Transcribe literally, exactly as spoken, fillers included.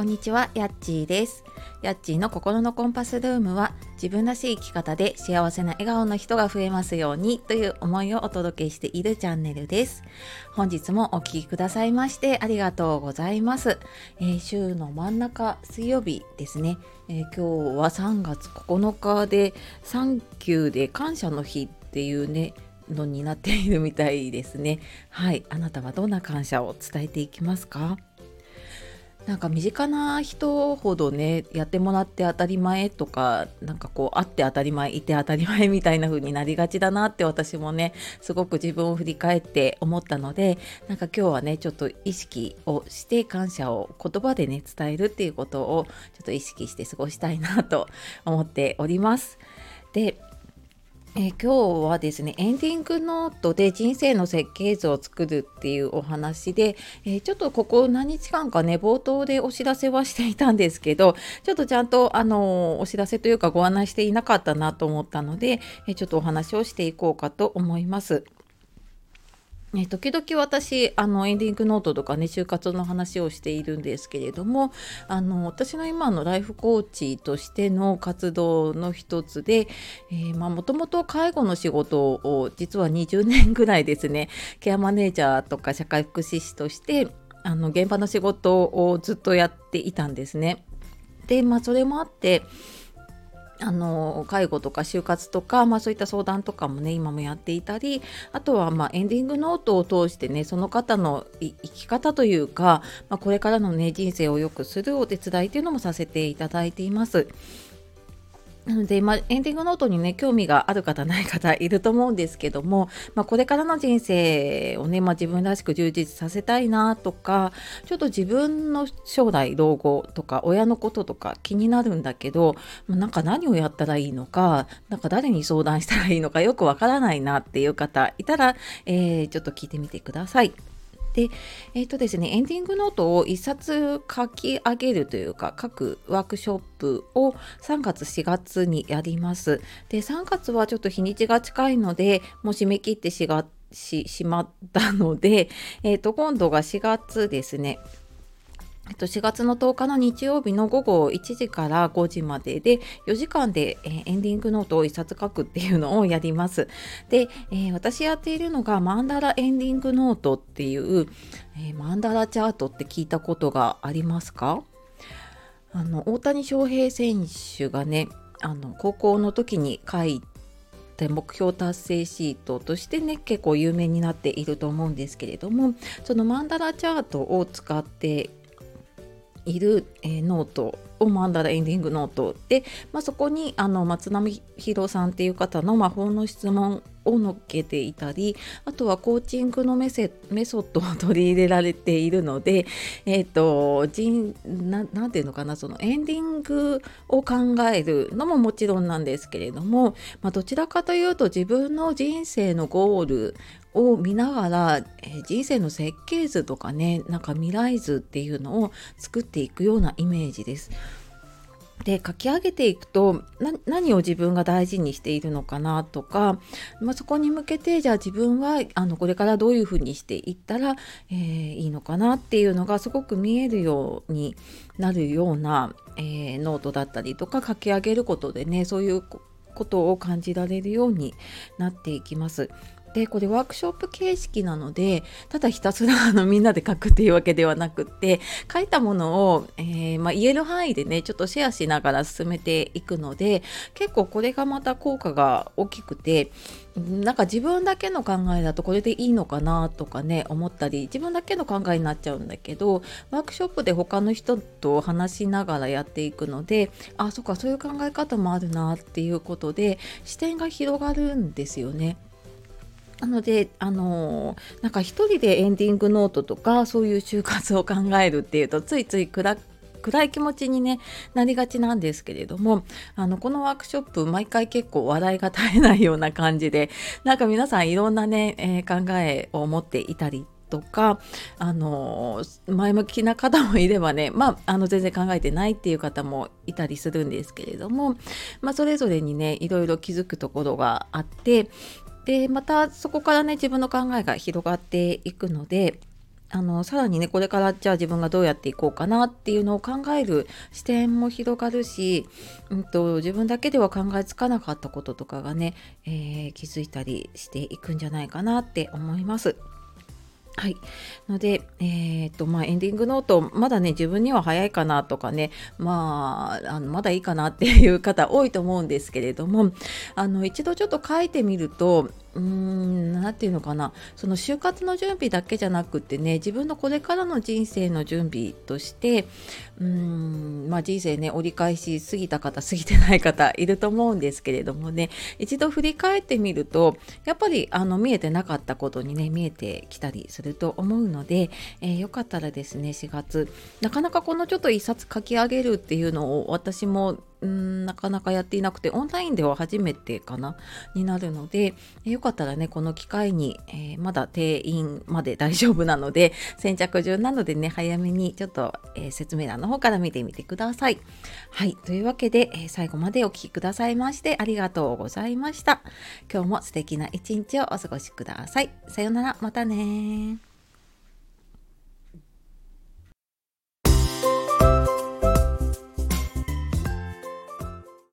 こんにちは、やっちーです。やっちーの心のコンパスルームは、自分らしい生き方で幸せな笑顔の人が増えますようにという思いをお届けしているチャンネルです。本日もお聞きくださいましてありがとうございます。えー、週の真ん中水曜日ですね、えー、今日はさんがつここのかでサンキューで感謝の日っていうねのになっているみたいですね。はい、あなたはどんな感謝を伝えていきますか？なんか身近な人ほどね、やってもらって当たり前とか、なんかこうあって当たり前、いて当たり前みたいな風になりがちだなって私もね、すごく自分を振り返って思ったので、なんか今日はね、ちょっと意識をして感謝を言葉でね、伝えるっていうことをちょっと意識して過ごしたいなと思っております。で、えー今日はですね、エンディングノートで人生の設計図を作るっていうお話で、えーちょっとここ何日間かね、冒頭でお知らせはしていたんですけど、ちょっとちゃんとあのーお知らせというかご案内していなかったなと思ったので、えーちょっとお話をしていこうかと思います。ね、時々私あのエンディングノートとかね就活の話をしているんですけれども、あの私の今のライフコーチとしての活動の一つで、もともと介護の仕事を実はにじゅうねんぐらいですね、ケアマネージャーとか社会福祉士としてあの現場の仕事をずっとやっていたんですね。で、まあそれもあってあの介護とか就活とか、まあ、そういった相談とかもね今もやっていたり、あとはまあエンディングノートを通してねその方のい生き方というか、まあ、これからのね人生を良くするお手伝いというのもさせていただいています。なので、まあ、エンディングノートにね興味がある方ない方いると思うんですけども、まあ、これからの人生をね、まあ、自分らしく充実させたいなとか、ちょっと自分の将来老後とか親のこととか気になるんだけど、まあなんか何をやったらいいのか、なんか誰に相談したらいいのかよくわからないなっていう方いたら、えーちょっと聞いてみてください。で、えっとですね、エンディングノートを一冊書き上げるというか、書くワークショップをさんがつ、しがつにやります。で、さんがつはちょっと日にちが近いので、もう締め切ってしがししまったので、えっと、今度がしがつですね。えっと、しがつのとおかの日曜日の午後いちじからごじまででよじかんで、えーエンディングノートをいっさつ書くっていうのをやります。で、えー私やっているのがマンダラエンディングノートっていう、えーマンダラチャートって聞いたことがありますか？あの大谷翔平選手がね、あの高校の時に書いて目標達成シートとしてね結構有名になっていると思うんですけれども、そのマンダラチャートを使っている、えーノートをマンダラエンディングノートで、まあ、そこにあの松並弘さんっていう方の魔法の質問を載っけていたり、あとはコーチングのメセメソッドを取り入れられているので、えっ、と人ななんていうのかな、そのエンディングを考えるのももちろんなんですけれども、まあ、どちらかというと自分の人生のゴールを見ながら、えー人生の設計図とかね、なんか未来図っていうのを作っていくようなイメージです。で、書き上げていくとな何を自分が大事にしているのかなとか、まあ、そこに向けてじゃあ自分はあのこれからどういうふうにしていったら、えーいいのかなっていうのがすごく見えるようになるような、えーノートだったりとか書き上げることでね、そういうこことを感じられるようになっていきます。で、これワークショップ形式なので、ただひたすらあのみんなで書くっていうわけではなくって、書いたものを、えーまあ、言える範囲でねちょっとシェアしながら進めていくので、結構これがまた効果が大きくて、なんか自分だけの考えだとこれでいいのかなとかね思ったり、自分だけの考えになっちゃうんだけど、ワークショップで他の人と話しながらやっていくので、あ、そっか、そういう考え方もあるなっていうことで視点が広がるんですよね。なので、あのーなんか一人でエンディングノートとかそういう就活を考えるっていうとついつい暗暗い気持ちに、ね、なりがちなんですけれども、あのこのワークショップ毎回結構笑いが絶えないような感じで、なんか皆さんいろんなね、えー考えを持っていたりとか、あの前向きな方もいればね、まあ、あの全然考えてないっていう方もいたりするんですけれども、まあ、それぞれにねいろいろ気づくところがあって、でまたそこからね自分の考えが広がっていくので、 あのさらにねこれからじゃあ自分がどうやっていこうかなっていうのを考える視点も広がるし、うんと、自分だけでは考えつかなかったこととかがね、えー気づいたりしていくんじゃないかなって思います。はい。ので、えーっと、まあ、エンディングノート、まだね、自分には早いかなとかね、まあ、あのまだいいかなっていう方多いと思うんですけれども、あの、一度ちょっと書いてみると、うーん、なんていうのかな、その就活の準備だけじゃなくってね、自分のこれからの人生の準備として、うーん、まあ人生ね、折り返し過ぎた方、過ぎてない方いると思うんですけれどもね、一度振り返ってみると、やっぱりあの見えてなかったことにね見えてきたりすると思うので、えーよかったらですねしがつなかなかこのちょっと一冊書き上げるっていうのを私もうーんなかなかやっていなくて、オンラインでは初めてかなになるので、えーよかったらねこの機会に、えーまだ定員まで大丈夫なので先着順なのでね早めにちょっと、えー説明欄の方から見てみてください。はい、というわけで、えー最後までお聞きくださいましてありがとうございました。今日も素敵な一日をお過ごしください。さようなら、またね。